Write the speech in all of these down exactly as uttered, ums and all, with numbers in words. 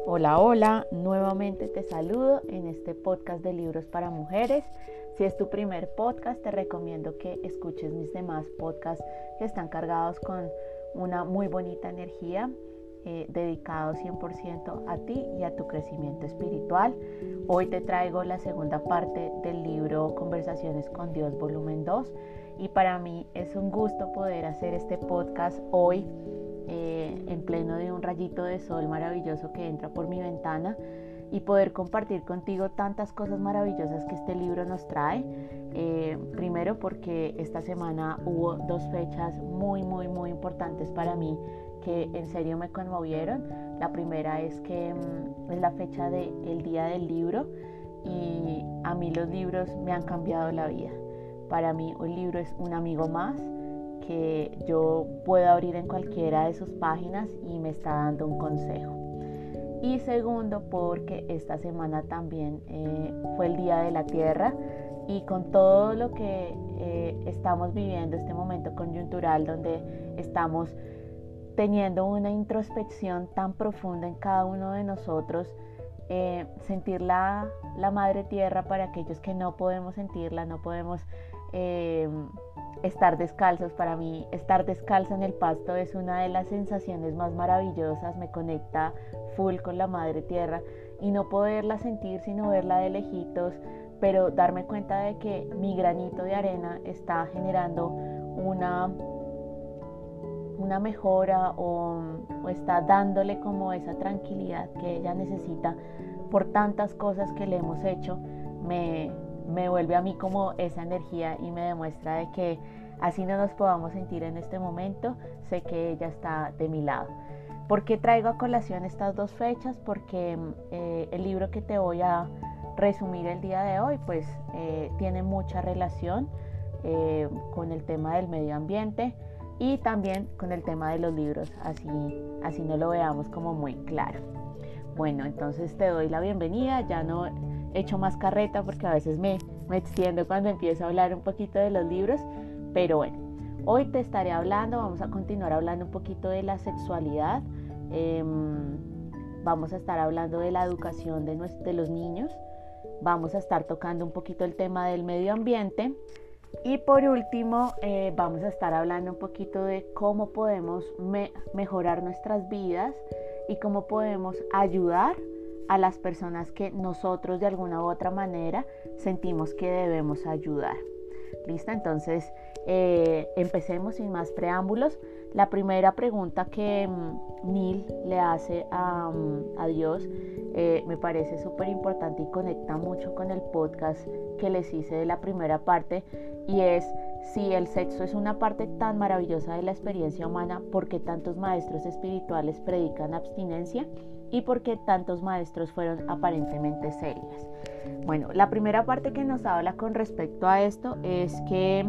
Hola, hola, nuevamente te saludo en este podcast de libros para mujeres. Si es tu primer podcast, te recomiendo que escuches mis demás podcasts que están cargados con una muy bonita energía, eh, dedicado cien por ciento a ti y a tu crecimiento espiritual. Hoy te traigo la segunda parte del libro Conversaciones con Dios, volumen dos, y para mí es un gusto poder hacer este podcast hoy, Eh, en pleno de un rayito de sol maravilloso que entra por mi ventana, y poder compartir contigo tantas cosas maravillosas que este libro nos trae. Eh, primero porque esta semana hubo dos fechas muy muy muy importantes para mí que en serio me conmovieron. La primera es que mm, es la fecha del Día del Libro, y a mí los libros me han cambiado la vida. Para mí un libro es un amigo más que yo puedo abrir en cualquiera de sus páginas y me está dando un consejo. Y segundo, porque esta semana también eh, fue el Día de la Tierra, y con todo lo que eh, estamos viviendo, este momento coyuntural donde estamos teniendo una introspección tan profunda en cada uno de nosotros, eh, sentir la, la Madre Tierra, para aquellos que no podemos sentirla, no podemos eh, estar descalzos. Para mí estar descalza en el pasto es una de las sensaciones más maravillosas, me conecta full con la Madre Tierra, y no poderla sentir sino verla de lejitos, pero darme cuenta de que mi granito de arena está generando una, una mejora o, o está dándole como esa tranquilidad que ella necesita por tantas cosas que le hemos hecho, me me vuelve a mí como esa energía y me demuestra de que así no nos podamos sentir en este momento, sé que ella está de mi lado. ¿Por qué traigo a colación estas dos fechas? Porque eh, el libro que te voy a resumir el día de hoy pues eh, tiene mucha relación eh, con el tema del medio ambiente y también con el tema de los libros, así, así no lo veamos como muy claro. Bueno, entonces te doy la bienvenida. Ya no he hecho más carreta porque a veces me, me extiendo cuando empiezo a hablar un poquito de los libros, pero bueno, hoy te estaré hablando, vamos a continuar hablando un poquito de la sexualidad, eh, vamos a estar hablando de la educación de, nuestros, de los niños, vamos a estar tocando un poquito el tema del medio ambiente, y por último eh, vamos a estar hablando un poquito de cómo podemos me- mejorar nuestras vidas y cómo podemos ayudar a las personas que nosotros de alguna u otra manera sentimos que debemos ayudar. ¿Listo? Entonces eh, empecemos sin más preámbulos. La primera pregunta que um, Neil le hace a, um, a Dios eh, me parece súper importante y conecta mucho con el podcast que les hice de la primera parte, y es: si el sexo es una parte tan maravillosa de la experiencia humana, ¿por qué tantos maestros espirituales predican abstinencia? ¿Y por qué tantos maestros fueron aparentemente serios? Bueno, la primera parte que nos habla con respecto a esto es que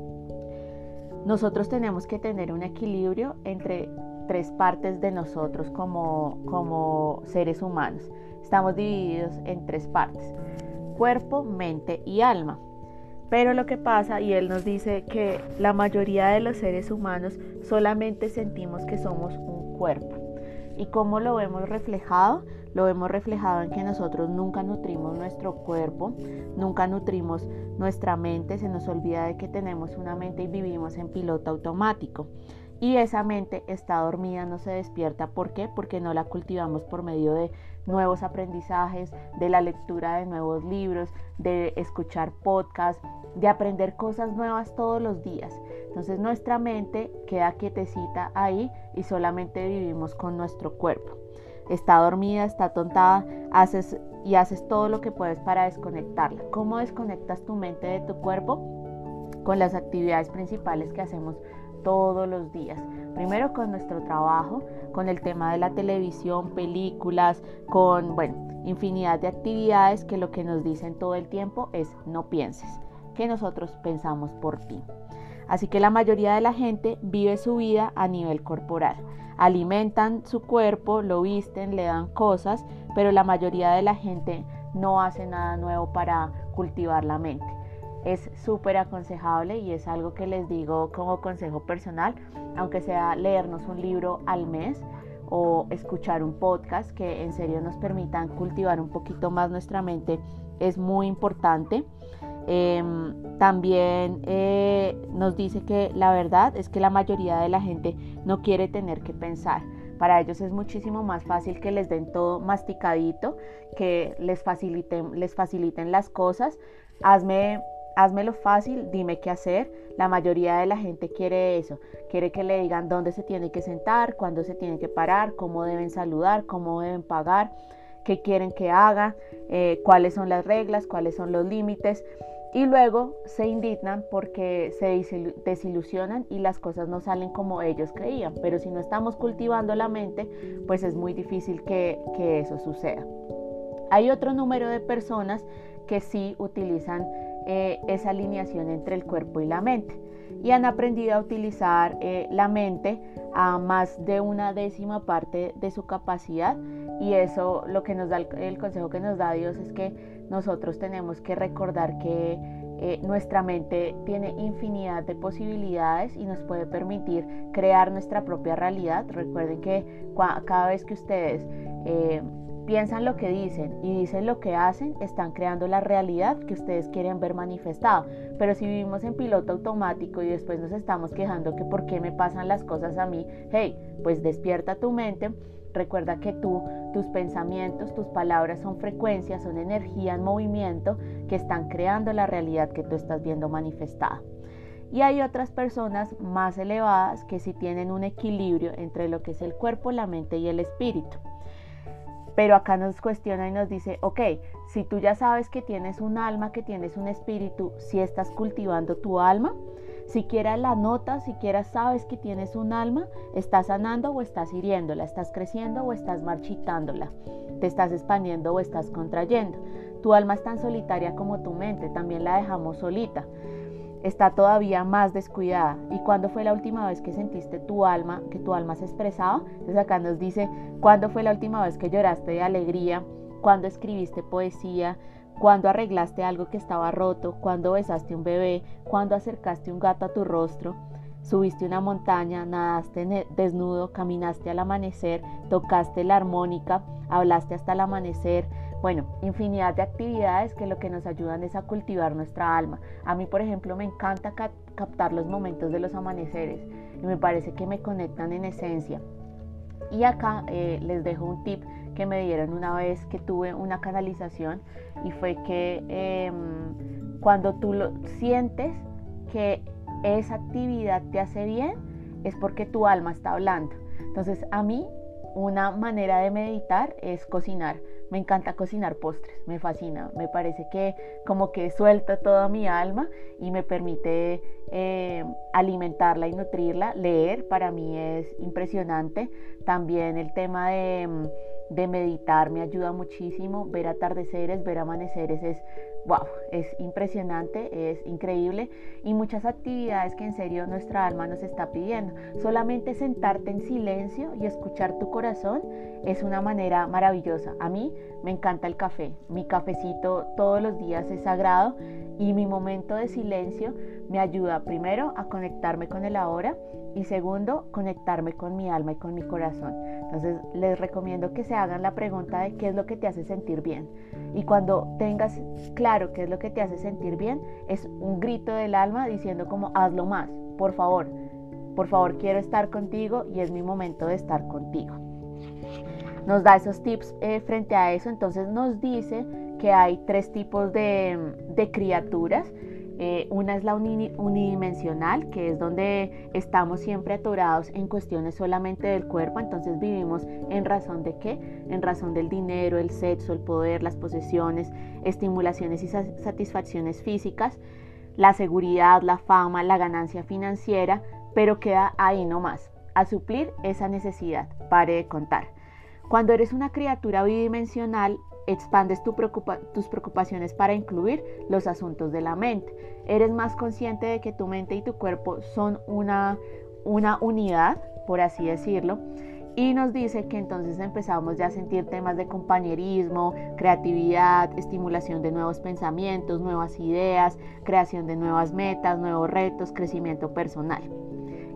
nosotros tenemos que tener un equilibrio entre tres partes de nosotros como, como seres humanos. Estamos divididos en tres partes: cuerpo, mente y alma. Pero lo que pasa, y él nos dice que la mayoría de los seres humanos solamente sentimos que somos un cuerpo. ¿Y cómo lo vemos reflejado? Lo vemos reflejado en que nosotros nunca nutrimos nuestro cuerpo, nunca nutrimos nuestra mente, se nos olvida de que tenemos una mente y vivimos en piloto automático. Y esa mente está dormida, no se despierta. ¿Por qué? Porque no la cultivamos por medio de nuevos aprendizajes, de la lectura de nuevos libros, de escuchar podcasts, de aprender cosas nuevas todos los días. Entonces nuestra mente queda quietecita ahí y solamente vivimos con nuestro cuerpo. Está dormida, está tontada, haces y haces todo lo que puedes para desconectarla. ¿Cómo desconectas tu mente de tu cuerpo? Con las actividades principales que hacemos todos los días. Primero con nuestro trabajo, con el tema de la televisión, películas, con, bueno, infinidad de actividades que lo que nos dicen todo el tiempo es: no pienses, que nosotros pensamos por ti. Así que la mayoría de la gente vive su vida a nivel corporal. Alimentan su cuerpo, lo visten, le dan cosas, pero la mayoría de la gente no hace nada nuevo para cultivar la mente. Es súper aconsejable, y es algo que les digo como consejo personal, aunque sea leernos un libro al mes o escuchar un podcast que en serio nos permitan cultivar un poquito más nuestra mente es muy importante. Eh, también eh, nos dice que la verdad es que la mayoría de la gente no quiere tener que pensar. Para ellos es muchísimo más fácil que les den todo masticadito, que les faciliten, les faciliten las cosas. Hazme, házmelo fácil, dime qué hacer. La mayoría de la gente quiere eso, quiere que le digan dónde se tiene que sentar, cuándo se tiene que parar, cómo deben saludar, cómo deben pagar, qué quieren que haga, eh, cuáles son las reglas, cuáles son los límites. Y luego se indignan porque se desilusionan y las cosas no salen como ellos creían. Pero si no estamos cultivando la mente, pues es muy difícil que, que eso suceda. Hay otro número de personas que sí utilizan eh, esa alineación entre el cuerpo y la mente. Y han aprendido a utilizar eh, la mente a más de una décima parte de su capacidad. Y eso, lo que nos da el, el consejo que nos da Dios es que nosotros tenemos que recordar que eh, nuestra mente tiene infinidad de posibilidades y nos puede permitir crear nuestra propia realidad. Recuerden que cua- cada vez que ustedes eh, piensan lo que dicen y dicen lo que hacen, están creando la realidad que ustedes quieren ver manifestada. Pero si vivimos en piloto automático y después nos estamos quejando que por qué me pasan las cosas a mí, hey, pues despierta tu mente. Recuerda que tú, tus pensamientos, tus palabras son frecuencias, son energía en movimiento que están creando la realidad que tú estás viendo manifestada. Y hay otras personas más elevadas que sí tienen un equilibrio entre lo que es el cuerpo, la mente y el espíritu. Pero acá nos cuestiona y nos dice, ok, si tú ya sabes que tienes un alma, que tienes un espíritu, si estás cultivando tu alma, siquiera la notas, siquiera sabes que tienes un alma, estás sanando o estás hiriéndola, estás creciendo o estás marchitándola, te estás expandiendo o estás contrayendo. Tu alma es tan solitaria como tu mente, también la dejamos solita. Está todavía más descuidada. ¿Y cuándo fue la última vez que sentiste tu alma, que tu alma se expresaba? Entonces acá nos dice, ¿cuándo fue la última vez que lloraste de alegría? ¿Cuándo escribiste poesía? ¿Cuándo arreglaste algo que estaba roto? ¿Cuándo besaste un bebé? ¿Cuándo acercaste un gato a tu rostro? ¿Subiste una montaña? ¿Nadaste desnudo? ¿Caminaste al amanecer? ¿Tocaste la armónica? ¿Hablaste hasta el amanecer? Bueno, infinidad de actividades que lo que nos ayudan es a cultivar nuestra alma. A mí, por ejemplo, me encanta cap- captar los momentos de los amaneceres y me parece que me conectan en esencia. Y acá eh, les dejo un tip que me dieron una vez que tuve una canalización y fue que eh, cuando tú lo sientes que esa actividad te hace bien es porque tu alma está hablando. Entonces a mí una manera de meditar es cocinar. Me encanta cocinar postres, me fascina, me parece que como que suelta toda mi alma y me permite eh, alimentarla y nutrirla. Leer para mí es impresionante. También el tema de, de meditar me ayuda muchísimo. Ver atardeceres, ver amaneceres es wow, es impresionante, es increíble y muchas actividades que en serio nuestra alma nos está pidiendo. Solamente sentarte en silencio y escuchar tu corazón es una manera maravillosa. A mí me encanta el café, mi cafecito todos los días es sagrado y mi momento de silencio me ayuda primero a conectarme con el ahora y segundo, conectarme con mi alma y con mi corazón. Entonces les recomiendo que se hagan la pregunta de qué es lo que te hace sentir bien. Y cuando tengas claro qué es lo que te hace sentir bien, es un grito del alma diciendo como hazlo más, por favor, por favor quiero estar contigo y es mi momento de estar contigo. Nos da esos tips eh, frente a eso. Entonces nos dice que hay tres tipos de, de criaturas. Eh, una es la uni- unidimensional, que es donde estamos siempre atorados en cuestiones solamente del cuerpo, entonces vivimos en razón de qué, en razón del dinero, el sexo, el poder, las posesiones, estimulaciones y sa- satisfacciones físicas, la seguridad, la fama, la ganancia financiera, pero queda ahí nomás, a suplir esa necesidad, pare de contar. Cuando eres una criatura bidimensional, expandes tu preocupa- tus preocupaciones para incluir los asuntos de la mente. Eres más consciente de que tu mente y tu cuerpo son una, una unidad, por así decirlo, y nos dice que entonces empezamos ya a sentir temas de compañerismo, creatividad, estimulación de nuevos pensamientos, nuevas ideas, creación de nuevas metas, nuevos retos, crecimiento personal.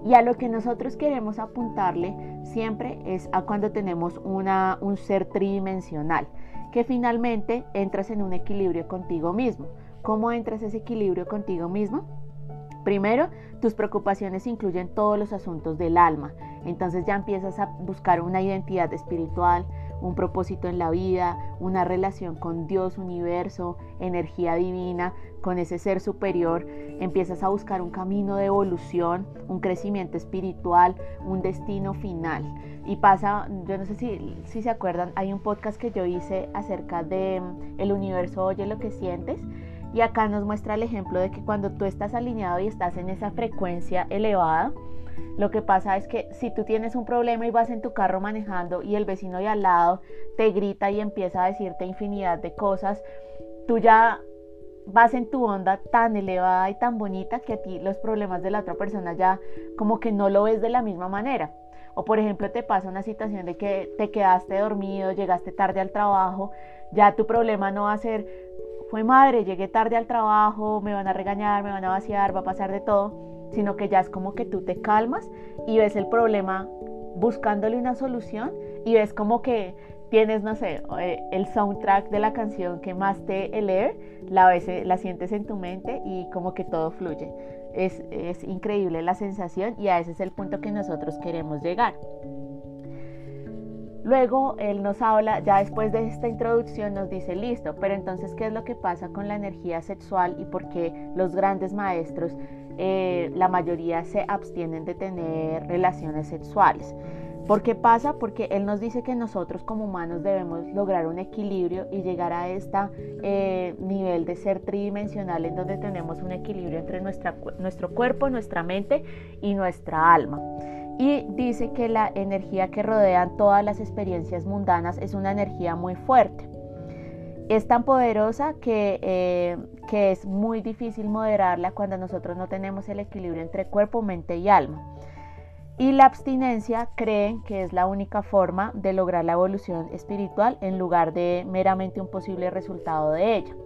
Y a lo que nosotros queremos apuntarle siempre es a cuando tenemos una, un ser tridimensional, que finalmente entras en un equilibrio contigo mismo. ¿Cómo entras ese equilibrio contigo mismo? Primero, tus preocupaciones incluyen todos los asuntos del alma. Entonces ya empiezas a buscar una identidad espiritual, un propósito en la vida, una relación con Dios, universo, energía divina, con ese ser superior. Empiezas a buscar un camino de evolución, un crecimiento espiritual, un destino final. Y pasa, yo no sé si, si se acuerdan, hay un podcast que yo hice acerca de el universo oye lo que sientes. Y acá nos muestra el ejemplo de que cuando tú estás alineado y estás en esa frecuencia elevada, lo que pasa es que si tú tienes un problema y vas en tu carro manejando y el vecino de al lado te grita y empieza a decirte infinidad de cosas, tú ya vas en tu onda tan elevada y tan bonita que a ti los problemas de la otra persona ya como que no lo ves de la misma manera. O por ejemplo te pasa una situación de que te quedaste dormido, llegaste tarde al trabajo, ya tu problema no va a ser fue madre, llegué tarde al trabajo, me van a regañar, me van a vaciar, va a pasar de todo, sino que ya es como que tú te calmas y ves el problema buscándole una solución y ves como que tienes, no sé, el soundtrack de la canción que más te eleve, la, ves, la sientes en tu mente y como que todo fluye. Es, es increíble la sensación y a ese es el punto que nosotros queremos llegar. Luego él nos habla, ya después de esta introducción nos dice, listo, pero entonces ¿qué es lo que pasa con la energía sexual y por qué los grandes maestros, eh, la mayoría se abstienen de tener relaciones sexuales? ¿Por qué pasa? Porque él nos dice que nosotros como humanos debemos lograr un equilibrio y llegar a este eh, nivel de ser tridimensional en donde tenemos un equilibrio entre nuestra, nuestro cuerpo, nuestra mente y nuestra alma. Y dice que la energía que rodean todas las experiencias mundanas es una energía muy fuerte. Es tan poderosa que, eh, que es muy difícil moderarla cuando nosotros no tenemos el equilibrio entre cuerpo, mente y alma. Y la abstinencia creen que es la única forma de lograr la evolución espiritual en lugar de meramente un posible resultado de ella.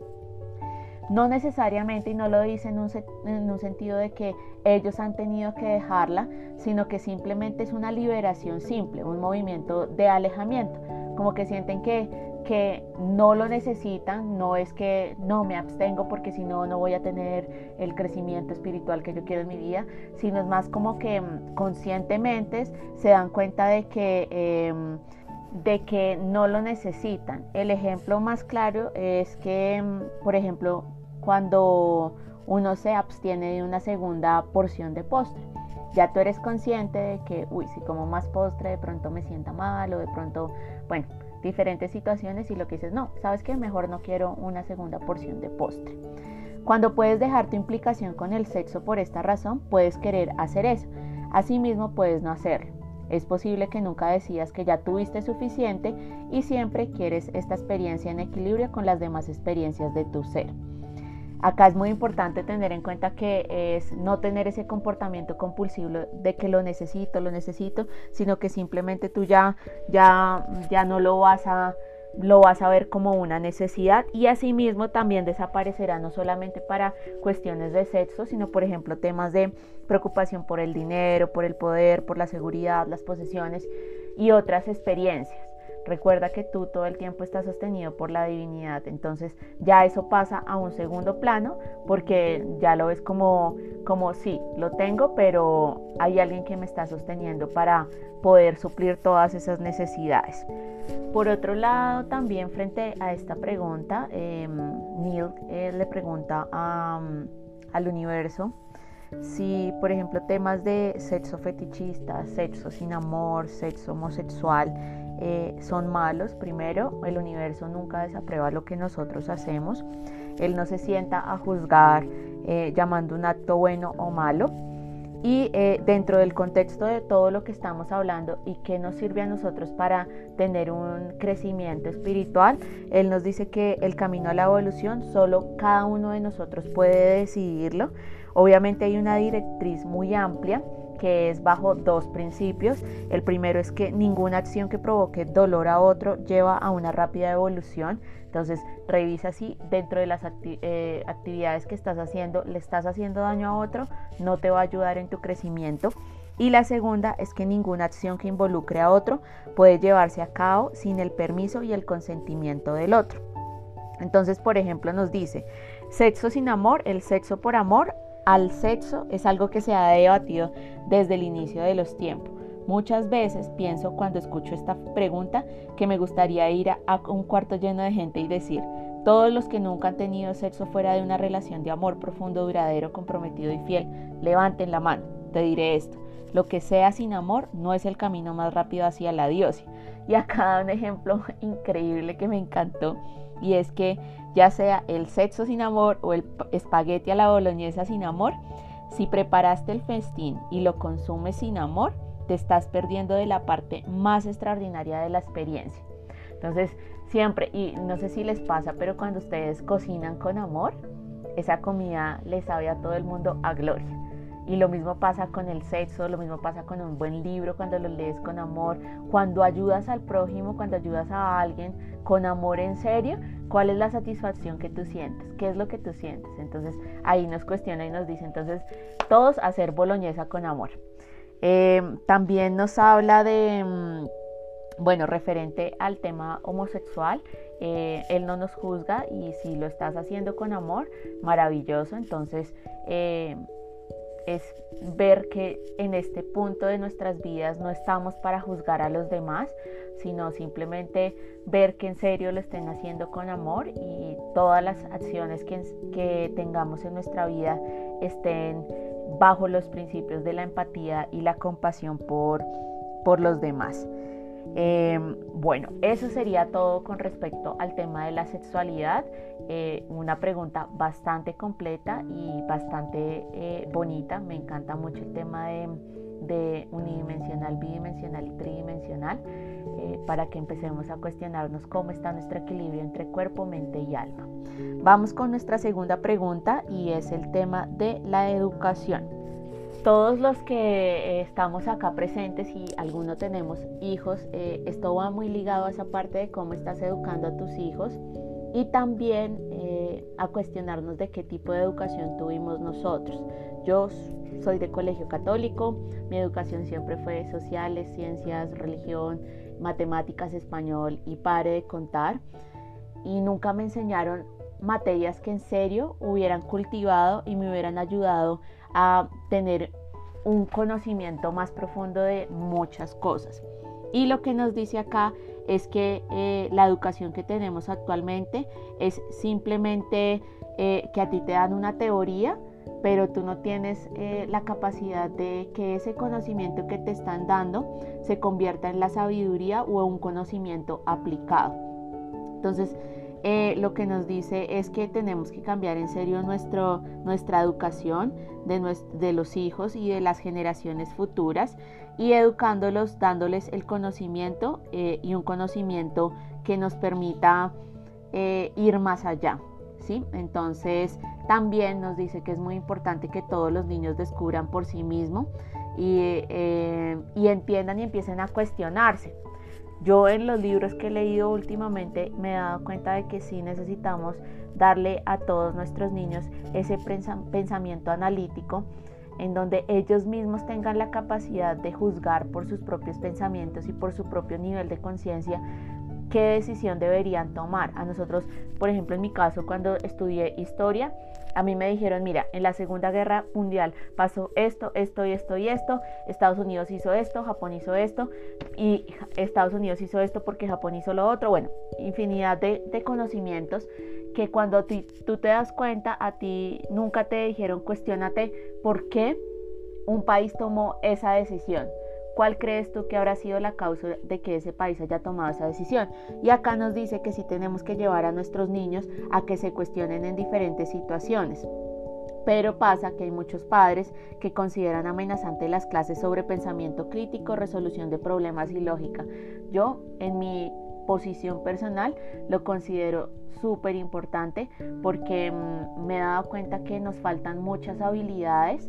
No necesariamente, y no lo dice en un, en un sentido de que ellos han tenido que dejarla, sino que simplemente es una liberación simple, un movimiento de alejamiento, como que sienten que, que no lo necesitan, no es que no me abstengo porque si no, no voy a tener el crecimiento espiritual que yo quiero en mi vida, sino es más como que conscientemente se dan cuenta de que... Eh, de que no lo necesitan. El ejemplo más claro es que, por ejemplo, cuando uno se abstiene de una segunda porción de postre, ya tú eres consciente de que, uy, si como más postre de pronto me sienta mal o de pronto, bueno, diferentes situaciones y lo que dices, no, ¿sabes qué? Mejor no quiero una segunda porción de postre. Cuando puedes dejar tu implicación con el sexo por esta razón, puedes querer hacer eso. Asimismo, puedes no hacerlo. Es posible que nunca decidas que ya tuviste suficiente y siempre quieres esta experiencia en equilibrio con las demás experiencias de tu ser. Acá es muy importante tener en cuenta que es no tener ese comportamiento compulsivo de que lo necesito, lo necesito, sino que simplemente tú ya, ya, ya no lo vas a, lo vas a ver como una necesidad y asimismo también desaparecerá no solamente para cuestiones de sexo, sino por ejemplo temas de preocupación por el dinero, por el poder, por la seguridad, las posesiones y otras experiencias. Recuerda que tú todo el tiempo estás sostenido por la divinidad, entonces ya eso pasa a un segundo plano porque ya lo ves como, como sí, lo tengo, pero hay alguien que me está sosteniendo para poder suplir todas esas necesidades. Por otro lado, también frente a esta pregunta, eh, Neil eh, le pregunta a, al universo si, por ejemplo, temas de sexo fetichista, sexo sin amor, sexo homosexual, eh, son malos. Primero, el universo nunca desaprueba lo que nosotros hacemos. Él no se sienta a juzgar eh, llamando un acto bueno o malo. Y eh, dentro del contexto de todo lo que estamos hablando y que nos sirve a nosotros para tener un crecimiento espiritual, Él nos dice que el camino a la evolución solo cada uno de nosotros puede decidirlo. Obviamente hay una directriz muy amplia que es bajo dos principios. El primero es que ninguna acción que provoque dolor a otro lleva a una rápida evolución. Entonces revisa si dentro de las acti- eh, actividades que estás haciendo le estás haciendo daño a otro, no te va a ayudar en tu crecimiento. Y la segunda es que ninguna acción que involucre a otro puede llevarse a cabo sin el permiso y el consentimiento del otro. Entonces, por ejemplo, nos dice, sexo sin amor, el sexo por amor al sexo es algo que se ha debatido desde el inicio de los tiempos. Muchas veces pienso cuando escucho esta pregunta que me gustaría ir a, a un cuarto lleno de gente y decir, todos los que nunca han tenido sexo fuera de una relación de amor profundo, duradero, comprometido y fiel, levanten la mano. Te diré esto, lo que sea sin amor no es el camino más rápido hacia la diosa. Y acá da un ejemplo increíble que me encantó, y es que ya sea el sexo sin amor o el espagueti a la boloñesa sin amor, si preparaste el festín y lo consumes sin amor, te estás perdiendo de la parte más extraordinaria de la experiencia. Entonces, siempre, y no sé si les pasa, pero cuando ustedes cocinan con amor, esa comida le sabe a todo el mundo a gloria. Y lo mismo pasa con el sexo, lo mismo pasa con un buen libro cuando lo lees con amor, cuando ayudas al prójimo, cuando ayudas a alguien con amor en serio, ¿cuál es la satisfacción que tú sientes? ¿Qué es lo que tú sientes? Entonces ahí nos cuestiona y nos dice, entonces todos hacer boloñesa con amor. Eh, también nos habla de, bueno, referente al tema homosexual, eh, él no nos juzga y si lo estás haciendo con amor, maravilloso. Entonces, eh, es ver que en este punto de nuestras vidas no estamos para juzgar a los demás, sino simplemente ver que en serio lo estén haciendo con amor y todas las acciones que, que tengamos en nuestra vida estén bajo los principios de la empatía y la compasión por, por los demás. Eh, bueno, eso sería todo con respecto al tema de la sexualidad. Eh, una pregunta bastante completa y bastante eh, bonita. Me encanta mucho el tema de, de unidimensional, bidimensional y tridimensional, eh, para que empecemos a cuestionarnos cómo está nuestro equilibrio entre cuerpo, mente y alma. Vamos con nuestra segunda pregunta y es el tema de la educación. Todos los que eh, estamos acá presentes y algunos tenemos hijos, eh, esto va muy ligado a esa parte de cómo estás educando a tus hijos y también eh, a cuestionarnos de qué tipo de educación tuvimos nosotros. Yo soy de colegio católico, mi educación siempre fue sociales, ciencias, religión, matemáticas, español y pare de contar, y nunca me enseñaron materias que en serio hubieran cultivado y me hubieran ayudado a tener un conocimiento más profundo de muchas cosas. Y lo que nos dice acá es que eh, la educación que tenemos actualmente es simplemente eh, que a ti te dan una teoría, pero tú no tienes eh, la capacidad de que ese conocimiento que te están dando se convierta en la sabiduría o en un conocimiento aplicado. Entonces, Eh, lo que nos dice es que tenemos que cambiar en serio nuestro, nuestra educación de, nuestro, de los hijos y de las generaciones futuras, y educándolos, dándoles el conocimiento eh, y un conocimiento que nos permita eh, ir más allá, ¿sí? Entonces también nos dice que es muy importante que todos los niños descubran por sí mismos y, eh, y entiendan y empiecen a cuestionarse. Yo en los libros que he leído últimamente me he dado cuenta de que sí necesitamos darle a todos nuestros niños ese pensamiento analítico en donde ellos mismos tengan la capacidad de juzgar por sus propios pensamientos y por su propio nivel de conciencia qué decisión deberían tomar. A nosotros, por ejemplo, en mi caso, cuando estudié historia, a mí me dijeron, mira, en la Segunda Guerra Mundial pasó esto, esto y esto y esto, Estados Unidos hizo esto, Japón hizo esto, y Estados Unidos hizo esto porque Japón hizo lo otro. Bueno, infinidad de, de conocimientos que cuando ti, tú te das cuenta, a ti nunca te dijeron, cuestiónate por qué un país tomó esa decisión. ¿Cuál crees tú que habrá sido la causa de que ese país haya tomado esa decisión? Y acá nos dice que sí tenemos que llevar a nuestros niños a que se cuestionen en diferentes situaciones. Pero pasa que hay muchos padres que consideran amenazante las clases sobre pensamiento crítico, resolución de problemas y lógica. Yo, en mi posición personal, lo considero súper importante porque mmm, me he dado cuenta que nos faltan muchas habilidades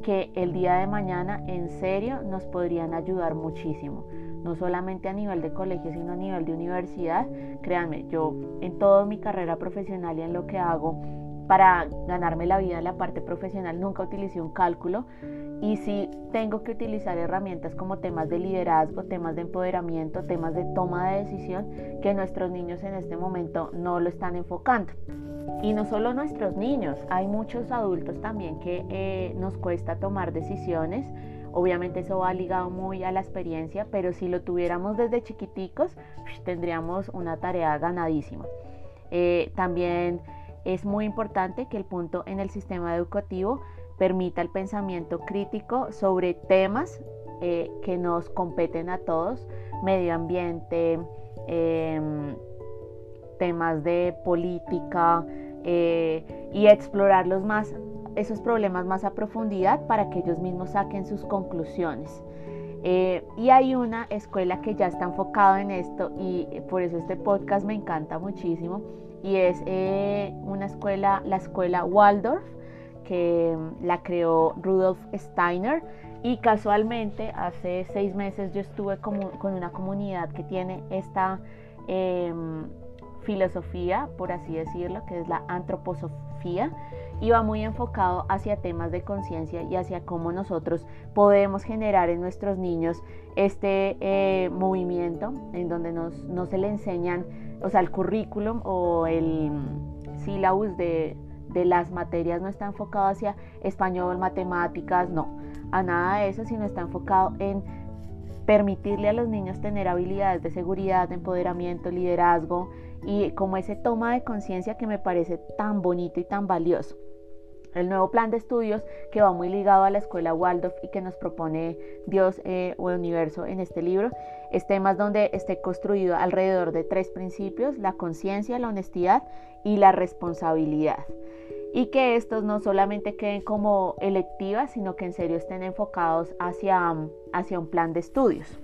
que el día de mañana en serio nos podrían ayudar muchísimo, no solamente a nivel de colegio, sino a nivel de universidad. Créanme, yo en toda mi carrera profesional y en lo que hago para ganarme la vida en la parte profesional nunca utilicé un cálculo, y sí tengo que utilizar herramientas como temas de liderazgo, temas de empoderamiento, temas de toma de decisión, que nuestros niños en este momento no lo están enfocando. Y no solo nuestros niños, hay muchos adultos también que eh, nos cuesta tomar decisiones. Obviamente eso va ligado muy a la experiencia, pero si lo tuviéramos desde chiquiticos, tendríamos una tarea ganadísima. Eh, también es muy importante que el punto en el sistema educativo permita el pensamiento crítico sobre temas eh, que nos competen a todos: medio ambiente, eh, temas de política, eh, y explorarlos más, esos problemas más a profundidad, para que ellos mismos saquen sus conclusiones. Eh, y hay una escuela que ya está enfocada en esto, y por eso este podcast me encanta muchísimo, y es eh, una escuela, la escuela Waldorf, que la creó Rudolf Steiner. Y casualmente hace seis meses yo estuve como, con una comunidad que tiene esta eh, filosofía, por así decirlo, que es la antroposofía, y va muy enfocado hacia temas de conciencia y hacia cómo nosotros podemos generar en nuestros niños este eh, movimiento en donde nos, no se le enseñan, o sea, el currículum o el sílabus de, de las materias no está enfocado hacia español, matemáticas, no, a nada de eso, sino está enfocado en permitirle a los niños tener habilidades de seguridad, de empoderamiento, liderazgo, y como ese toma de conciencia que me parece tan bonito y tan valioso. El nuevo plan de estudios, que va muy ligado a la escuela Waldorf y que nos propone Dios eh, o el universo en este libro, es temas donde esté construido alrededor de tres principios: la conciencia, la honestidad y la responsabilidad. Y que estos no solamente queden como electivas, sino que en serio estén enfocados hacia, hacia un plan de estudios.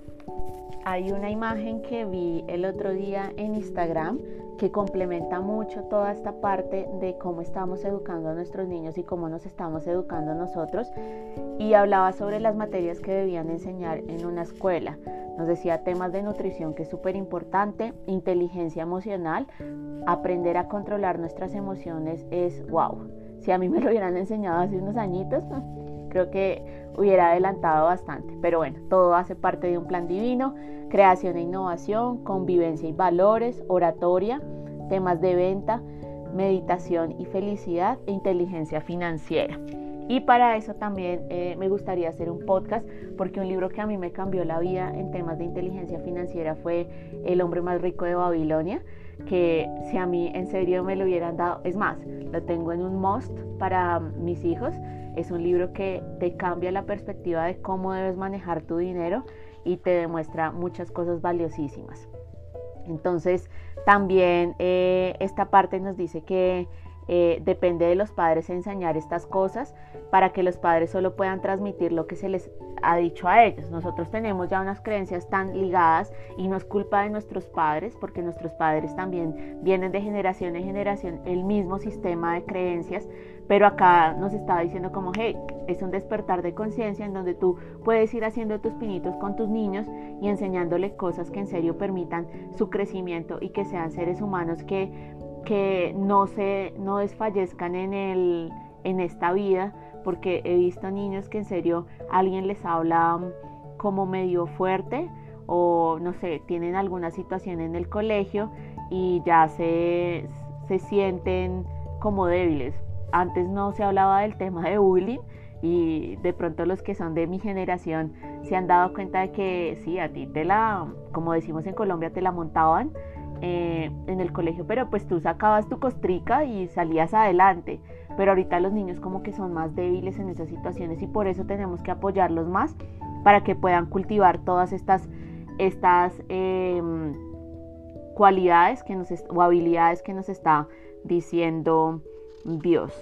Hay una imagen que vi el otro día en Instagram que complementa mucho toda esta parte de cómo estamos educando a nuestros niños y cómo nos estamos educando nosotros, y hablaba sobre las materias que debían enseñar en una escuela. Nos decía temas de nutrición, que es súper importante, inteligencia emocional, aprender a controlar nuestras emociones es wow. Si a mí me lo hubieran enseñado hace unos añitos, creo que hubiera adelantado bastante, pero bueno, todo hace parte de un plan divino. Creación e innovación, convivencia y valores, oratoria, temas de venta, meditación y felicidad, e inteligencia financiera. Y para eso también eh, me gustaría hacer un podcast, porque un libro que a mí me cambió la vida en temas de inteligencia financiera fue El hombre más rico de Babilonia, que si a mí en serio me lo hubieran dado, es más, lo tengo en un must para mis hijos. Es un libro que te cambia la perspectiva de cómo debes manejar tu dinero y te demuestra muchas cosas valiosísimas. Entonces también eh, esta parte nos dice que eh, depende de los padres enseñar estas cosas, para que los padres solo puedan transmitir lo que se les ha dicho a ellos. Nosotros tenemos ya unas creencias tan ligadas, y no es culpa de nuestros padres, porque nuestros padres también vienen de generación en generación el mismo sistema de creencias, pero acá nos estaba diciendo como, hey, es un despertar de conciencia en donde tú puedes ir haciendo tus pinitos con tus niños y enseñándole cosas que en serio permitan su crecimiento y que sean seres humanos que, que no, se, no desfallezcan en, el, en esta vida, porque he visto niños que en serio alguien les habla como medio fuerte, o no sé, tienen alguna situación en el colegio y ya se, se sienten como débiles. Antes no se hablaba del tema de bullying, y de pronto los que son de mi generación se han dado cuenta de que sí, a ti te la, como decimos en Colombia, te la montaban eh, en el colegio, pero pues tú sacabas tu costrica y salías adelante. Pero ahorita los niños como que son más débiles en esas situaciones, y por eso tenemos que apoyarlos más para que puedan cultivar todas estas, estas eh, cualidades que nos, o habilidades que nos está diciendo Dios.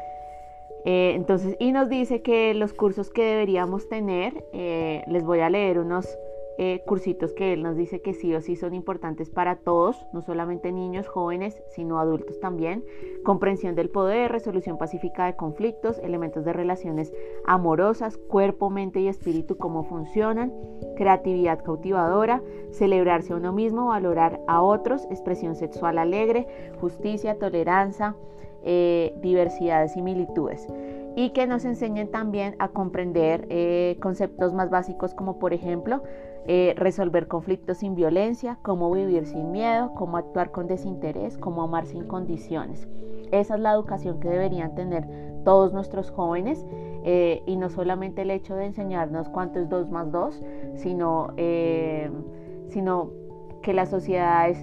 Eh, entonces, y nos dice que los cursos que deberíamos tener, eh, les voy a leer unos eh, cursitos que él nos dice que sí o sí son importantes para todos, no solamente niños, jóvenes, sino adultos también. Comprensión del poder, resolución pacífica de conflictos, elementos de relaciones amorosas, cuerpo, mente y espíritu, cómo funcionan, creatividad cautivadora, celebrarse a uno mismo, valorar a otros, expresión sexual alegre, justicia, tolerancia, eh, diversidad de similitudes. Y que nos enseñen también a comprender eh, conceptos más básicos como por ejemplo eh, resolver conflictos sin violencia, cómo vivir sin miedo, cómo actuar con desinterés, cómo amar sin condiciones. Esa es la educación que deberían tener todos nuestros jóvenes eh, y no solamente el hecho de enseñarnos cuánto es dos más dos, sino, eh, sino que las sociedades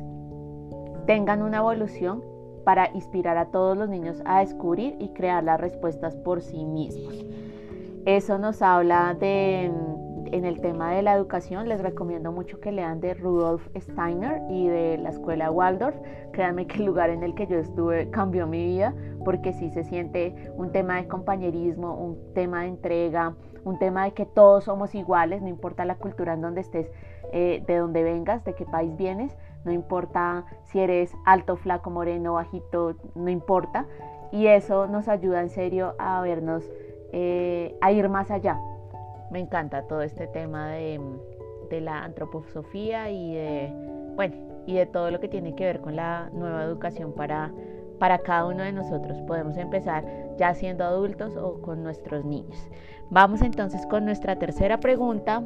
tengan una evolución para inspirar a todos los niños a descubrir y crear las respuestas por sí mismos. Eso nos habla de, en el tema de la educación, les recomiendo mucho que lean de Rudolf Steiner y de la escuela Waldorf. Créanme que el lugar en el que yo estuve cambió mi vida, porque sí se siente un tema de compañerismo, un tema de entrega, un tema de que todos somos iguales, no importa la cultura en donde estés, eh, de dónde vengas, de qué país vienes, no importa si eres alto, flaco, moreno, bajito, no importa. Y eso nos ayuda en serio a vernos, eh, a ir más allá. Me encanta todo este tema de, de la antroposofía y de, bueno, y de todo lo que tiene que ver con la nueva educación para, para cada uno de nosotros. Podemos empezar ya siendo adultos o con nuestros niños. Vamos entonces con nuestra tercera pregunta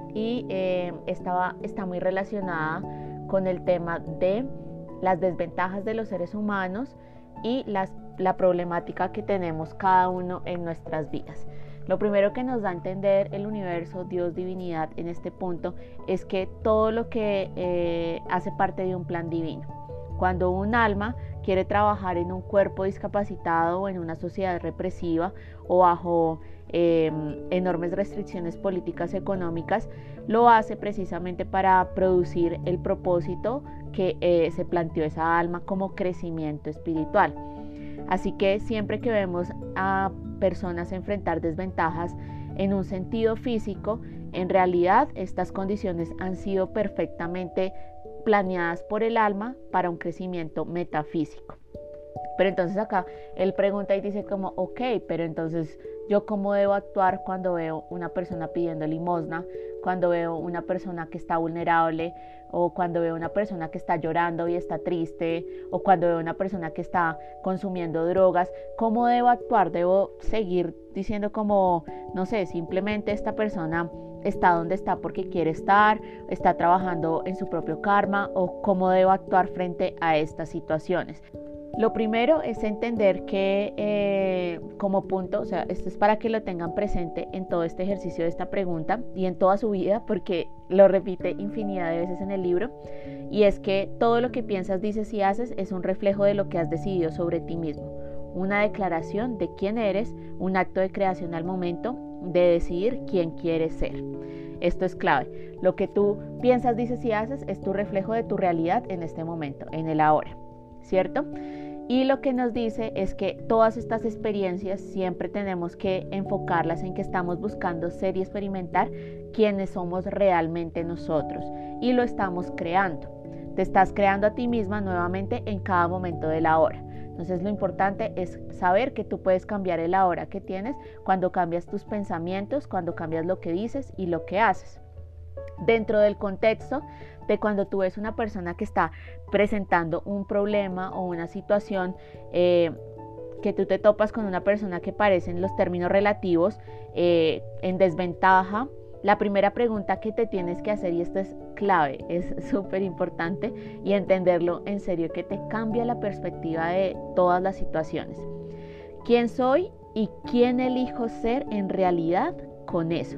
y eh, esta está muy relacionada con el tema de las desventajas de los seres humanos y las, la problemática que tenemos cada uno en nuestras vidas. Lo primero que nos da a entender el universo, Dios, divinidad en este punto es que todo lo que eh, hace parte de un plan divino. Cuando un alma quiere trabajar en un cuerpo discapacitado o en una sociedad represiva o bajo eh, enormes restricciones políticas económicas, lo hace precisamente para producir el propósito que eh, se planteó esa alma como crecimiento espiritual. Así que siempre que vemos a personas enfrentar desventajas en un sentido físico, en realidad estas condiciones han sido perfectamente planeadas por el alma para un crecimiento metafísico. Pero entonces acá él pregunta y dice como, ok, pero entonces yo cómo debo actuar cuando veo una persona pidiendo limosna, cuando veo una persona que está vulnerable, o cuando veo una persona que está llorando y está triste, o cuando veo una persona que está consumiendo drogas, ¿cómo debo actuar? ¿Debo seguir diciendo como, no sé, simplemente esta persona está donde está porque quiere estar, está trabajando en su propio karma, o cómo debo actuar frente a estas situaciones? Lo primero es entender que eh, como punto, o sea, esto es para que lo tengan presente en todo este ejercicio de esta pregunta y en toda su vida, porque lo repite infinidad de veces en el libro, y es que todo lo que piensas, dices y haces es un reflejo de lo que has decidido sobre ti mismo, una declaración de quién eres, un acto de creación al momento de decidir quién quieres ser. Esto es clave. Lo que tú piensas, dices y haces es tu reflejo de tu realidad en este momento, en el ahora, ¿cierto? Y lo que nos dice es que todas estas experiencias siempre tenemos que enfocarlas en que estamos buscando ser y experimentar quiénes somos realmente nosotros, y lo estamos creando. Te estás creando a ti misma nuevamente en cada momento del ahora. Entonces lo importante es saber que tú puedes cambiar el ahora que tienes cuando cambias tus pensamientos, cuando cambias lo que dices y lo que haces. Dentro del contexto de cuando tú ves una persona que está presentando un problema o una situación, eh, que tú te topas con una persona que parece en los términos relativos eh, en desventaja, la primera pregunta que te tienes que hacer, y esto es clave, es súper importante, y entenderlo en serio, que te cambia la perspectiva de todas las situaciones. ¿Quién soy y quién elijo ser en realidad con eso?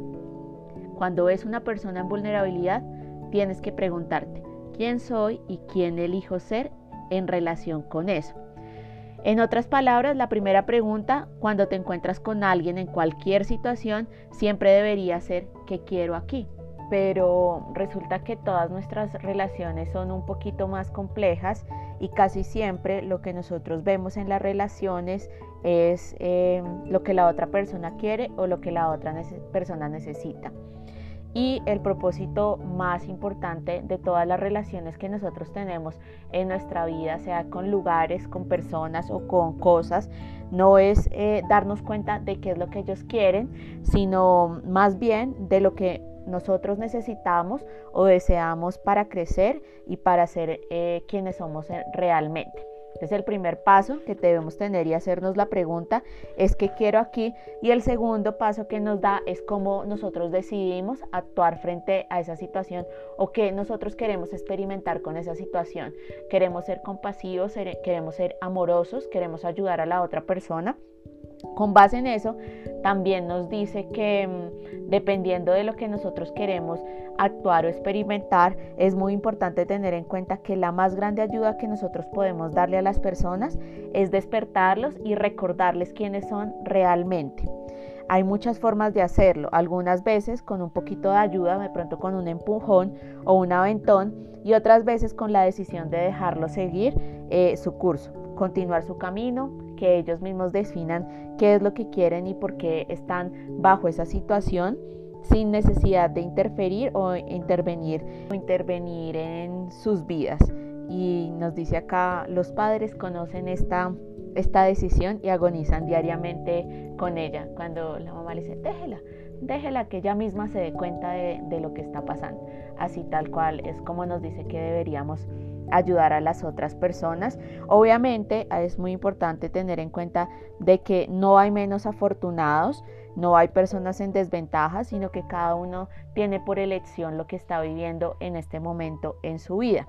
Cuando ves una persona en vulnerabilidad, tienes que preguntarte, ¿quién soy y quién elijo ser en relación con eso? En otras palabras, la primera pregunta cuando te encuentras con alguien en cualquier situación siempre debería ser, ¿qué quiero aquí? Pero resulta que todas nuestras relaciones son un poquito más complejas y casi siempre lo que nosotros vemos en las relaciones es eh, lo que la otra persona quiere o lo que la otra nece- persona necesita. Y el propósito más importante de todas las relaciones que nosotros tenemos en nuestra vida, sea con lugares, con personas o con cosas, no es eh, darnos cuenta de qué es lo que ellos quieren, sino más bien de lo que nosotros necesitamos o deseamos para crecer y para ser eh, quienes somos realmente. Entonces el primer paso que debemos tener y hacernos la pregunta es ¿qué quiero aquí? Y el segundo paso que nos da es cómo nosotros decidimos actuar frente a esa situación o qué nosotros queremos experimentar con esa situación. ¿Queremos ser compasivos? ¿Queremos ser amorosos? ¿Queremos ayudar a la otra persona? Con base en eso, también nos dice que mmm, dependiendo de lo que nosotros queremos actuar o experimentar, es muy importante tener en cuenta que la más grande ayuda que nosotros podemos darle a las personas es despertarlos y recordarles quiénes son realmente. Hay muchas formas de hacerlo, algunas veces con un poquito de ayuda, de pronto con un empujón o un aventón, y otras veces con la decisión de dejarlo seguir eh, su curso, continuar su camino, que ellos mismos definan qué es lo que quieren y por qué están bajo esa situación, sin necesidad de interferir o intervenir, o intervenir en sus vidas. Y nos dice acá, los padres conocen esta, esta decisión y agonizan diariamente con ella. Cuando la mamá le dice, déjela, déjela que ella misma se dé cuenta de, de lo que está pasando. Así tal cual es como nos dice que deberíamos ayudar a las otras personas. Obviamente es muy importante tener en cuenta de que no hay menos afortunados, no hay personas en desventaja, sino que cada uno tiene por elección lo que está viviendo en este momento en su vida.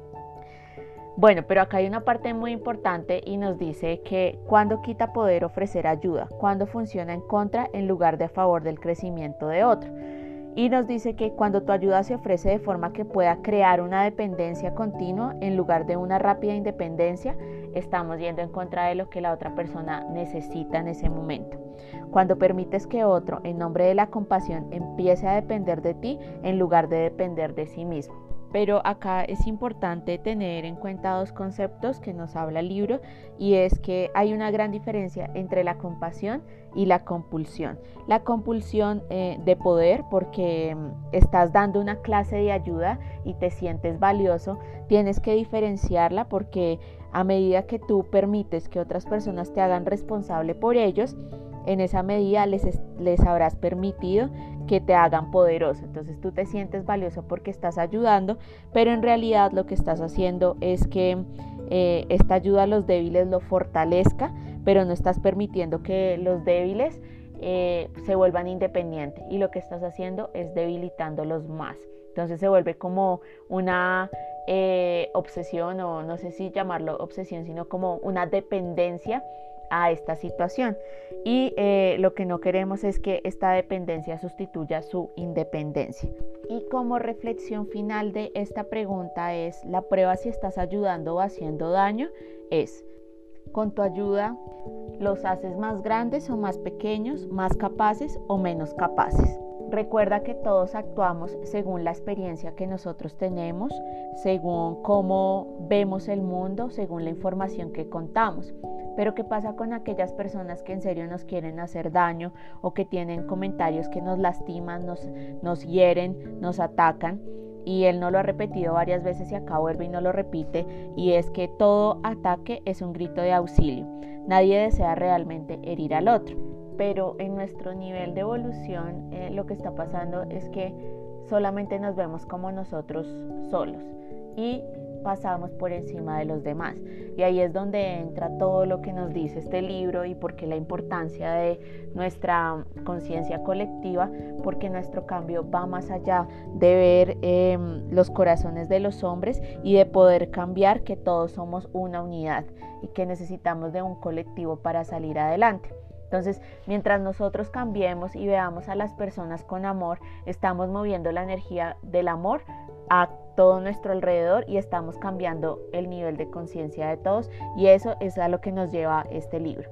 Bueno, pero acá hay una parte muy importante y nos dice que cuando quita poder ofrecer ayuda, cuando funciona en contra en lugar de a favor del crecimiento de otro. Y nos dice que cuando tu ayuda se ofrece de forma que pueda crear una dependencia continua en lugar de una rápida independencia, estamos yendo en contra de lo que la otra persona necesita en ese momento. Cuando permites que otro, en nombre de la compasión, empiece a depender de ti en lugar de depender de sí mismo. Pero acá es importante tener en cuenta dos conceptos que nos habla el libro, y es que hay una gran diferencia entre la compasión y la compulsión. La compulsión eh, de poder, porque estás dando una clase de ayuda y te sientes valioso, tienes que diferenciarla porque a medida que tú permites que otras personas te hagan responsable por ellos, en esa medida les, les habrás permitido que te hagan poderoso. Entonces tú te sientes valioso porque estás ayudando, pero en realidad lo que estás haciendo es que eh, esta ayuda a los débiles lo fortalezca, pero no estás permitiendo que los débiles eh, se vuelvan independientes, y lo que estás haciendo es debilitándolos más. Entonces se vuelve como una eh, obsesión, o no sé si llamarlo obsesión, sino como una dependencia a esta situación, y eh, lo que no queremos es que esta dependencia sustituya su independencia. Y como reflexión final de esta pregunta es, la prueba si estás ayudando o haciendo daño es, con tu ayuda los haces más grandes o más pequeños, más capaces o menos capaces. Recuerda que todos actuamos según la experiencia que nosotros tenemos, según cómo vemos el mundo, según la información que contamos. Pero ¿qué pasa con aquellas personas que en serio nos quieren hacer daño o que tienen comentarios que nos lastiman, nos, nos hieren, nos atacan? Y él no lo ha repetido varias veces y acá vuelve y no lo repite, y es que todo ataque es un grito de auxilio. Nadie desea realmente herir al otro. Pero en nuestro nivel de evolución eh, lo que está pasando es que solamente nos vemos como nosotros solos y pasamos por encima de los demás. Y ahí es donde entra todo lo que nos dice este libro y por qué la importancia de nuestra conciencia colectiva, porque nuestro cambio va más allá de ver eh, los corazones de los hombres y de poder cambiar que todos somos una unidad y que necesitamos de un colectivo para salir adelante. Entonces, mientras nosotros cambiemos y veamos a las personas con amor, estamos moviendo la energía del amor a todo nuestro alrededor y estamos cambiando el nivel de conciencia de todos, y eso es a lo que nos lleva este libro.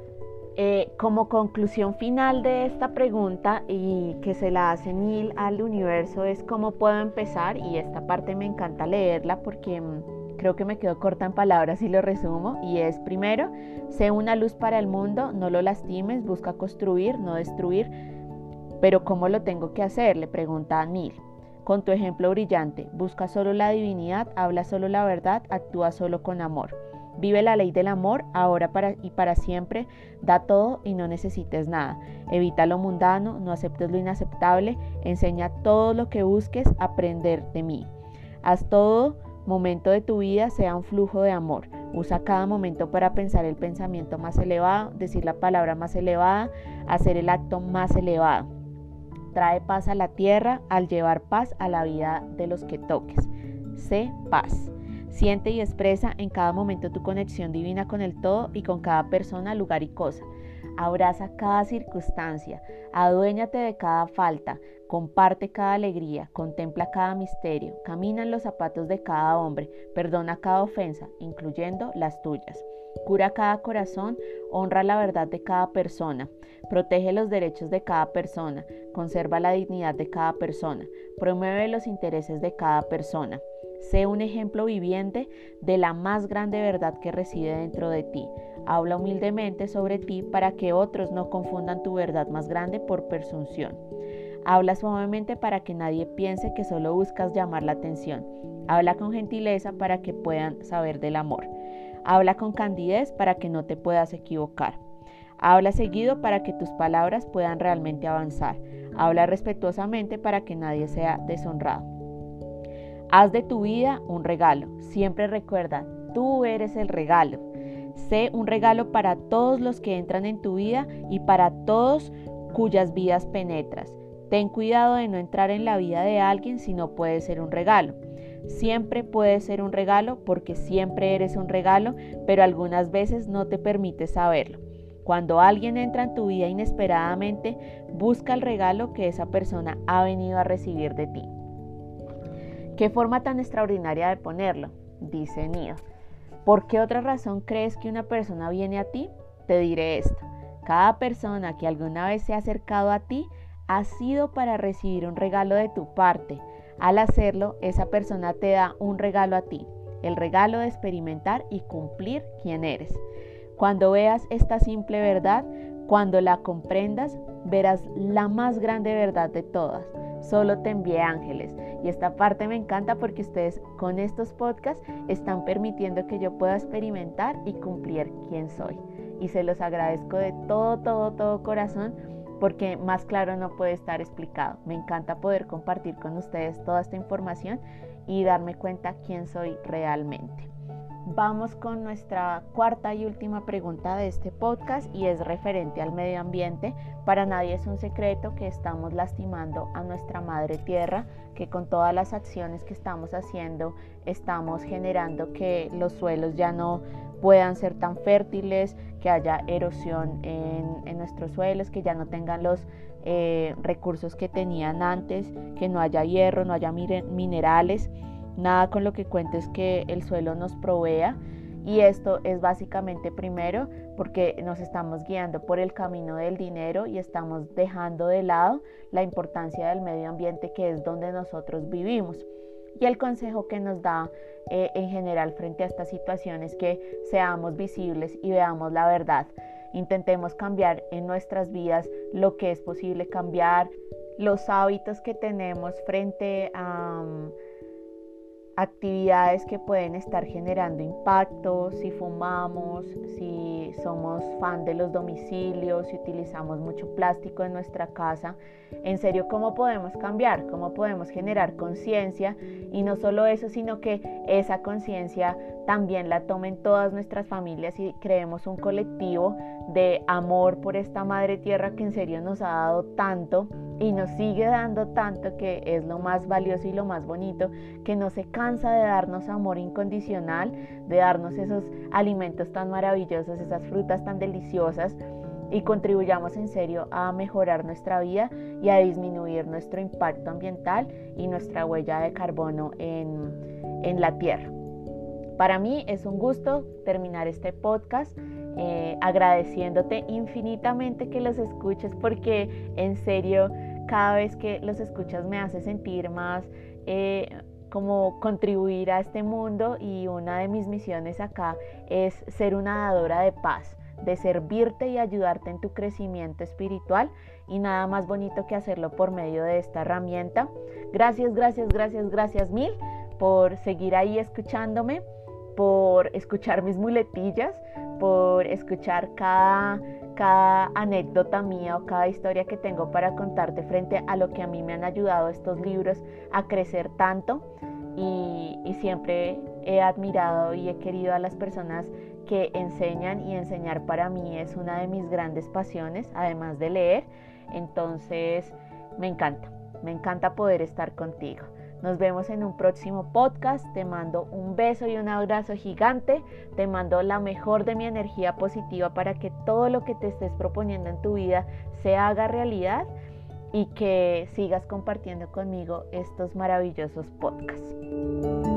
Eh, como conclusión final de esta pregunta, y que se la hace Neil al universo, es cómo puedo empezar, y esta parte me encanta leerla porque creo que me quedo corta en palabras y lo resumo, y es: primero, sé una luz para el mundo, no lo lastimes, busca construir, no destruir. ¿Pero cómo lo tengo que hacer?, le pregunta a Neil. Con tu ejemplo brillante, busca solo la divinidad, habla solo la verdad, actúa solo con amor. Vive la ley del amor, ahora para y para siempre, da todo y no necesites nada. Evita lo mundano, no aceptes lo inaceptable, enseña todo lo que busques, aprender de mí. Haz todo momento de tu vida sea un flujo de amor. Usa cada momento para pensar el pensamiento más elevado, decir la palabra más elevada, hacer el acto más elevado. Trae paz a la tierra al llevar paz a la vida de los que toques. Sé paz. Siente y expresa en cada momento tu conexión divina con el todo y con cada persona, lugar y cosa. Abraza cada circunstancia, aduéñate de cada falta, comparte cada alegría, contempla cada misterio, camina en los zapatos de cada hombre, perdona cada ofensa, incluyendo las tuyas. Cura cada corazón, honra la verdad de cada persona, protege los derechos de cada persona, conserva la dignidad de cada persona, promueve los intereses de cada persona. Sé un ejemplo viviente de la más grande verdad que reside dentro de ti. Habla humildemente sobre ti para que otros no confundan tu verdad más grande por presunción. Habla suavemente para que nadie piense que solo buscas llamar la atención. Habla con gentileza para que puedan saber del amor. Habla con candidez para que no te puedas equivocar. Habla seguido para que tus palabras puedan realmente avanzar. Habla respetuosamente para que nadie sea deshonrado. Haz de tu vida un regalo. Siempre recuerda, tú eres el regalo. Sé un regalo para todos los que entran en tu vida y para todos cuyas vidas penetras. Ten cuidado de no entrar en la vida de alguien si no puede ser un regalo. Siempre puedes ser un regalo porque siempre eres un regalo, pero algunas veces no te permites saberlo. Cuando alguien entra en tu vida inesperadamente, busca el regalo que esa persona ha venido a recibir de ti. ¿Qué forma tan extraordinaria de ponerlo?, dice Neil. ¿Por qué otra razón crees que una persona viene a ti? Te diré esto. Cada persona que alguna vez se ha acercado a ti ha sido para recibir un regalo de tu parte. Al hacerlo, esa persona te da un regalo a ti, el regalo de experimentar y cumplir quién eres. Cuando veas esta simple verdad, cuando la comprendas, verás la más grande verdad de todas. Solo te envié ángeles. Y esta parte me encanta porque ustedes con estos podcasts están permitiendo que yo pueda experimentar y cumplir quién soy. Y se los agradezco de todo, todo, todo corazón porque más claro no puede estar explicado. Me encanta poder compartir con ustedes toda esta información y darme cuenta quién soy realmente. Vamos con nuestra cuarta y última pregunta de este podcast y es referente al medio ambiente. Para nadie es un secreto que estamos lastimando a nuestra madre tierra, que con todas las acciones que estamos haciendo estamos generando que los suelos ya no puedan ser tan fértiles, que haya erosión en, en nuestros suelos, que ya no tengan los eh, recursos que tenían antes, que no haya hierro, no haya minerales. Nada con lo que cuentes que el suelo nos provea, y esto es básicamente primero porque nos estamos guiando por el camino del dinero y estamos dejando de lado la importancia del medio ambiente, que es donde nosotros vivimos. Y el consejo que nos da eh, en general frente a estas situaciones es que seamos visibles y veamos la verdad. Intentemos cambiar en nuestras vidas lo que es posible cambiar, los hábitos que tenemos frente a um, actividades que pueden estar generando impacto, si fumamos, si somos fan de los domicilios, si utilizamos mucho plástico en nuestra casa. En serio, ¿cómo podemos cambiar? ¿Cómo podemos generar conciencia? Y no solo eso, sino que esa conciencia también la tomen todas nuestras familias y creemos un colectivo de amor por esta madre tierra que en serio nos ha dado tanto y nos sigue dando tanto, que es lo más valioso y lo más bonito, que no se cansa de darnos amor incondicional, de darnos esos alimentos tan maravillosos, esas frutas tan deliciosas, y contribuyamos en serio a mejorar nuestra vida y a disminuir nuestro impacto ambiental y nuestra huella de carbono en, en la tierra. Para mí es un gusto terminar este podcast eh, agradeciéndote infinitamente que los escuches, porque en serio cada vez que los escuchas me hace sentir más eh, como contribuir a este mundo, y una de mis misiones acá es ser una dadora de paz, de servirte y ayudarte en tu crecimiento espiritual, y nada más bonito que hacerlo por medio de esta herramienta. Gracias, gracias, gracias, gracias mil por seguir ahí escuchándome, por escuchar mis muletillas, por escuchar cada, cada anécdota mía o cada historia que tengo para contarte frente a lo que a mí me han ayudado estos libros a crecer tanto. Y, y siempre he admirado y he querido a las personas que enseñan, y enseñar para mí es una de mis grandes pasiones, además de leer. Entonces me encanta, me encanta poder estar contigo. Nos vemos en un próximo podcast. Te mando un beso y un abrazo gigante. Te mando la mejor de mi energía positiva para que todo lo que te estés proponiendo en tu vida se haga realidad, y que sigas compartiendo conmigo estos maravillosos podcasts.